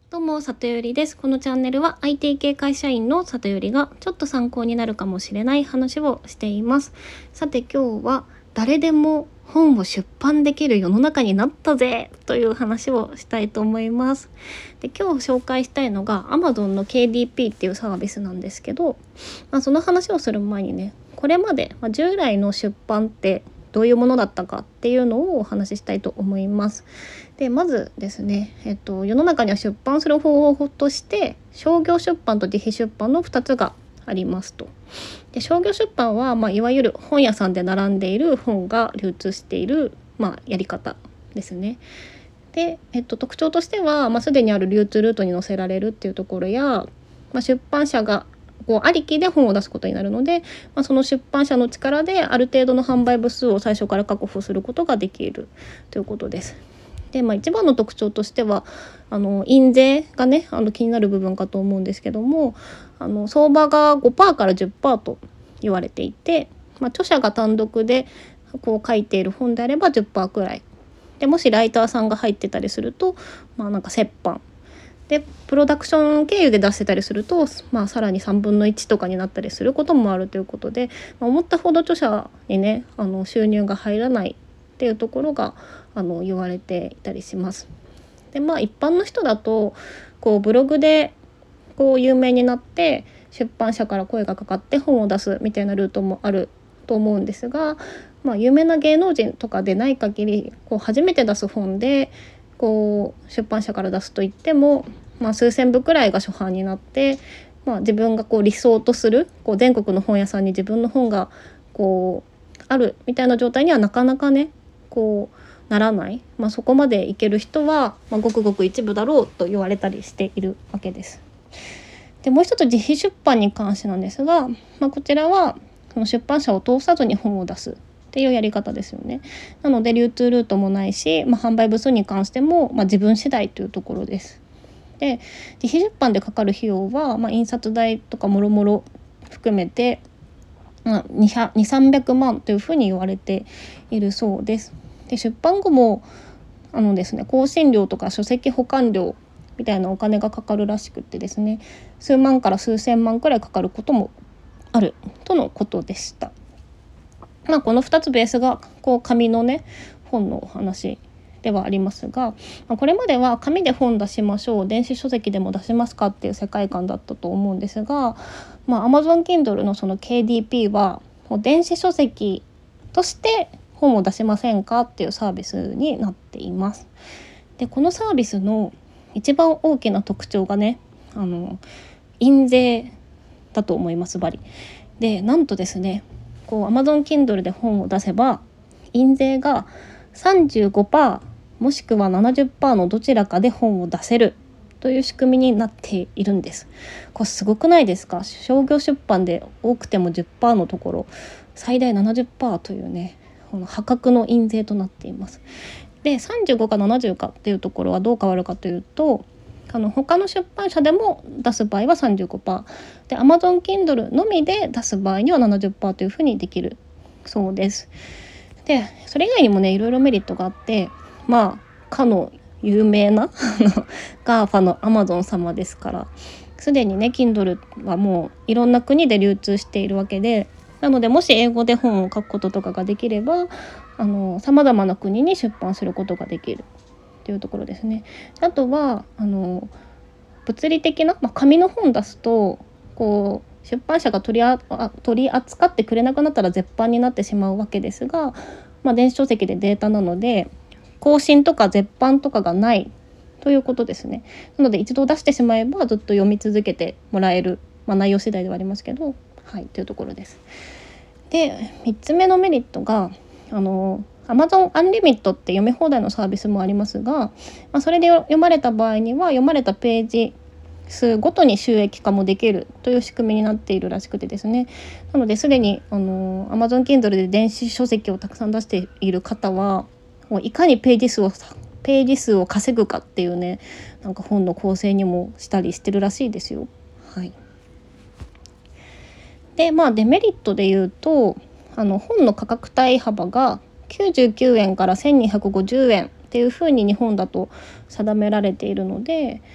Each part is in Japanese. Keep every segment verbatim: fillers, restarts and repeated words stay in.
どうも、里よりです。このチャンネルは アイティー 系会社員の里よりがちょっと参考になるかもしれない話をしています。さて今日は誰でも本を出版できる世の中になったぜという話をしたいと思います。で、今日紹介したいのが Amazon の ケーディーピー っていうサービスなんですけど、まあ、その話をする前にね、これまで、まあ、従来の出版ってどういうものだったかっていうのをお話ししたいと思います。でまずですね、えっと、世の中には出版する方法として商業出版と自費出版のふたつがありますと。で商業出版は、まあ、いわゆる本屋さんで並んでいる本が流通している、まあ、やり方ですね。で、えっと、特徴としては、まあ、すでにある流通ルートに載せられるっていうところや、まあ、出版社がこうありきで本を出すことになるので、まあ、その出版社の力である程度の販売部数を最初から確保することができるということです。で、まあ、一番の特徴としてはあの印税がねあの気になる部分かと思うんですけども、あの相場が ごパーセント から じゅっパーセント と言われていて、まあ、著者が単独でこう書いている本であれば じゅっパーセント くらいで、もしライターさんが入ってたりすると、まあ、なんか折半でプロダクション経由で出してたりすると、まあ、さらにさんぶんのいちとかになったりすることもあるということで、まあ、思ったほど著者にねあの収入が入らないっていうところがあの言われていたりします。でまあ一般の人だとこうブログでこう有名になって出版社から声がかかって本を出すみたいなルートもあると思うんですが、まあ、有名な芸能人とかでない限りこう初めて出す本でこう出版社から出すといっても、まあ、数千部くらいが初版になって、まあ、自分がこう理想とするこう全国の本屋さんに自分の本がこうあるみたいな状態にはなかなかねこうならない、まあ、そこまでいける人は、まあ、ごくごく一部だろうと言われたりしているわけです。でもう一つ自費出版に関してなんですが、まあ、こちらはその出版社を通さずに本を出すっていうやり方ですよね。なので流通ルートもないし、まあ、販売部数に関しても、まあ、自分次第というところです。で自費出版でかかる費用は、まあ、印刷代とかもろもろ含めて、まあ、にひゃく、にひゃく、さんびゃくまんというふうに言われているそうです。で出版後もあのですね更新料とか書籍保管料みたいなお金がかかるらしくってですね、数万から数千万くらいかかることもあるとのことでした。まあ、このふたつベースがこう紙のね本のお話ではありますが、まあ、これまでは紙で本出しましょう、電子書籍でも出しますかっていう世界観だったと思うんですが、まあ、Amazon Kindle のその ケーディーピー はもう電子書籍として本を出しませんかっていうサービスになっています。でこのサービスの一番大きな特徴がねあの印税だと思います。バリでなんとですねこう Amazon Kindle で本を出せば印税が さんじゅうごパーセント もしくは ななじゅっパーセント のどちらかで本を出せるという仕組みになっているんです。これすごくないですか？商業出版で多くても じゅっパーセント のところ最大 ななじゅっパーセント というねこの破格の印税となっています。でさんじゅうごかななじゅうかっていうところはどう変わるかというと、あの他の出版社でも出す場合は さんじゅうごパーセント で Amazon Kindle のみで出す場合には ななじゅっパーセント というふうにできるそうです。でそれ以外にもねいろいろメリットがあって、まあかの有名なガーファの Amazon 様ですから、すでにね Kindle はもういろんな国で流通しているわけで、なのでもし英語で本を書くこととかができればあの様々な国に出版することができるというところですね。あとはあの物理的な、まあ、紙の本出すとこう出版社が取りあ取り扱ってくれなくなったら絶版になってしまうわけですが、まあ、電子書籍でデータなので更新とか絶版とかがないということですね。なので一度出してしまえばずっと読み続けてもらえる、まあ、内容次第ではありますけど、はいというところです。でみっつめのメリットがあの Amazon Unlimited って読み放題のサービスもありますが、まあ、それで読まれた場合には読まれたページ数ごとに収益化もできるという仕組みになっているらしくてですね、なのですでにあの Amazon Kindle で電子書籍をたくさん出している方はもういかにページ数をページ数を稼ぐかっていうねなんか本の構成にもしたりしてるらしいですよ。はい。でまあデメリットで言うとあの本の価格帯幅がきゅうじゅうきゅうえんからせんにひゃくごじゅうえんっていう風に日本だと定められているので、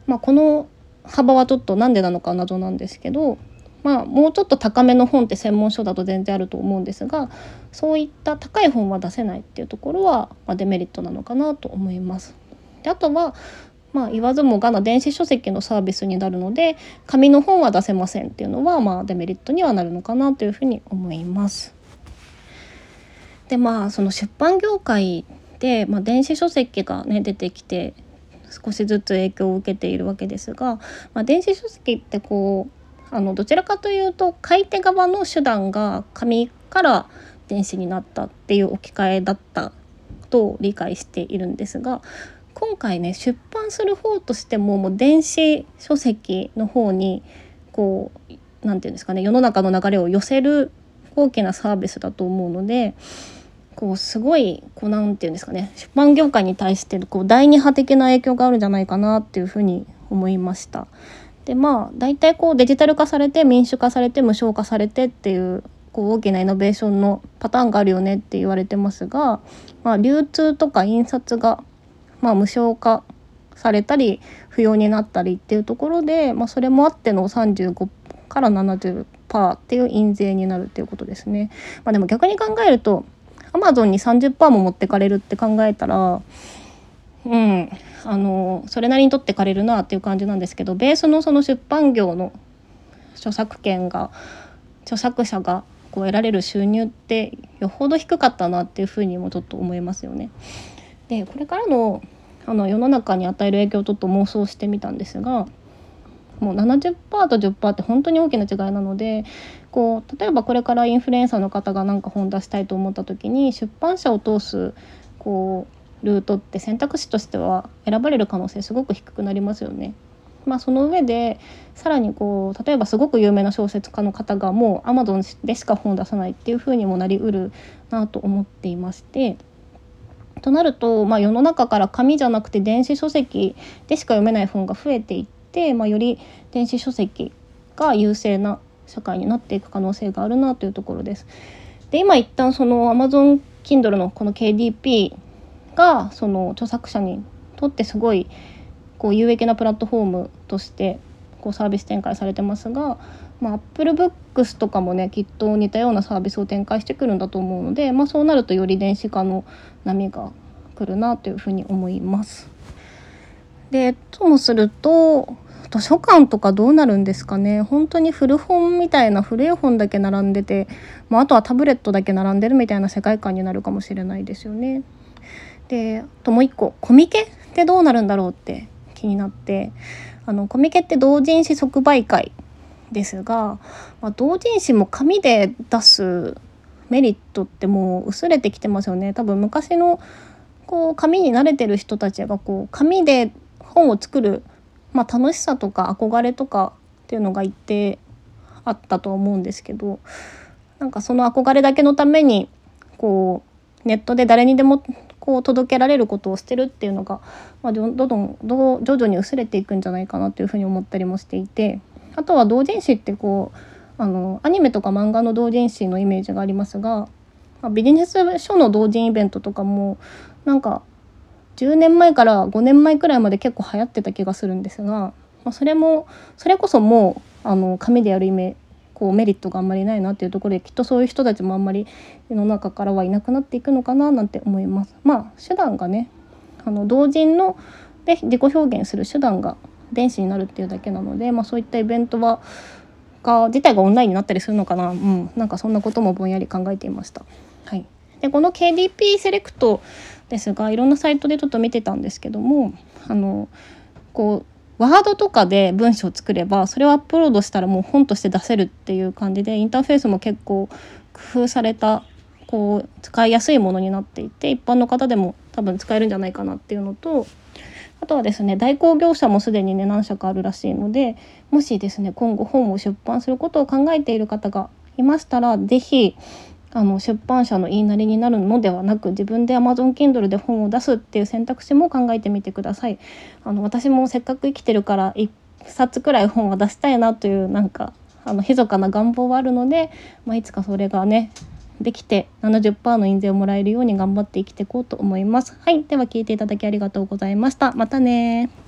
まあ、この幅はちょっとなんでなのか謎なんですけど、まあ、もうちょっと高めの本って専門書だと全然あると思うんですが、そういった高い本は出せないっていうところは、まあ、デメリットなのかなと思います。であとは、まあ、言わずもがな電子書籍のサービスになるので、紙の本は出せませんっていうのは、まあ、デメリットにはなるのかなというふうに思います。でまあその出版業界で、まあ、電子書籍がね出てきて少しずつ影響を受けているわけですが、まあ、電子書籍ってこうあのどちらかというと買い手側の手段が紙から電子になったっていう置き換えだったと理解しているんですが、今回ね出版する方としてももう電子書籍の方にこうなんていうんですかね、世の中の流れを寄せる大きなサービスだと思うので、こうすごいこうなんていうんですかね、出版業界に対してこう第二波的な影響があるんじゃないかなっていうふうに思いました。でまあ大体こうデジタル化されて民主化されて無償化されてっていうこう大きなイノベーションのパターンがあるよねって言われてますが、まあ、流通とか印刷が、まあ、無償化されたり不要になったりっていうところで、まあ、それもあってのさんじゅうごからななじゅっパーセントっていう印税になるっていうことですね。まあ、でも逆に考えるとアマゾンに さんじゅっパーセント も持ってかれるって考えたら、うんあのそれなりに取ってかれるなっていう感じなんですけど、ベースのその出版業の著作権が著作者がこう得られる収入ってよほど低かったなっていうふうにもちょっと思いますよね。でこれからのあの世の中に与える影響をちょっと妄想してみたんですが、もう ななじゅっパーセント と じゅっパーセント って本当に大きな違いなので、こう例えばこれからインフルエンサーの方が何か本出したいと思った時に出版社を通すこうルートって選択肢としては選ばれる可能性すごく低くなりますよね。まあ、その上でさらにこう例えばすごく有名な小説家の方がもう Amazon でしか本を出さないっていう風にもなりうるなと思っていまして、となると、まあ、世の中から紙じゃなくて電子書籍でしか読めない本が増えていって、まあ、より電子書籍が優勢な社会になっていく可能性があるなというところです。で今一旦その Amazon Kindle のこの ケーディーピー がその著作者にとってすごいこう有益なプラットフォームとしてこうサービス展開されてますが、まあ、Apple Books とかもねきっと似たようなサービスを展開してくるんだと思うので、まあ、そうなるとより電子化の波が来るなというふうに思います。でともすると図書館とかどうなるんですかね。本当に古本みたいな古い本だけ並んでて、まあ、あとはタブレットだけ並んでるみたいな世界観になるかもしれないですよね。であともう一個、コミケってどうなるんだろうって気になって、あのコミケって同人誌即売会ですが、まあ、同人誌も紙で出すメリットってもう薄れてきてますよね。多分昔のこう紙に慣れてる人たちがこう紙で本を作る、まあ、楽しさとか憧れとかっていうのが一定あったと思うんですけど、なんかその憧れだけのためにこうネットで誰にでもこう届けられることをしてるっていうのが、まあ、どんどんど徐々に薄れていくんじゃないかなというふうに思ったりもしていて、あとは同人誌ってこうあのアニメとか漫画の同人誌のイメージがありますが、まあ、ビジネス書の同人イベントとかもなんかじゅうねんまえからごねんまえくらいまで結構流行ってた気がするんですが、まあ、それもそれこそもうあの紙でやるイメこうメリットがあんまりないなっていうところで、きっとそういう人たちもあんまり世の中からはいなくなっていくのかななんて思います。まあ手段がねあの同人ので自己表現する手段が電子になるっていうだけなので、まあ、そういったイベントはが自体がオンラインになったりするのかな、うん、なんかそんなこともぼんやり考えていました。はい、でこの ケーディーピー セレクトですが、いろんなサイトでちょっと見てたんですけども、あのこうワードとかで文章を作ればそれをアップロードしたらもう本として出せるっていう感じで、インターフェースも結構工夫されたこう使いやすいものになっていて、一般の方でも多分使えるんじゃないかなっていうのと、あとはですね代行業者もすでにね何社かあるらしいので、もしですね今後本を出版することを考えている方がいましたら、ぜひあの出版社の言いなりになるのではなく、自分で Amazon Kindle で本を出すっていう選択肢も考えてみてください。あの私もせっかく生きてるから一冊くらい本は出したいなというなんかあの密かな願望はあるので、まあ、いつかそれがねできて ななじゅっパーセント の印税をもらえるように頑張って生きていこうと思います。はい、では聞いていただきありがとうございました。またね。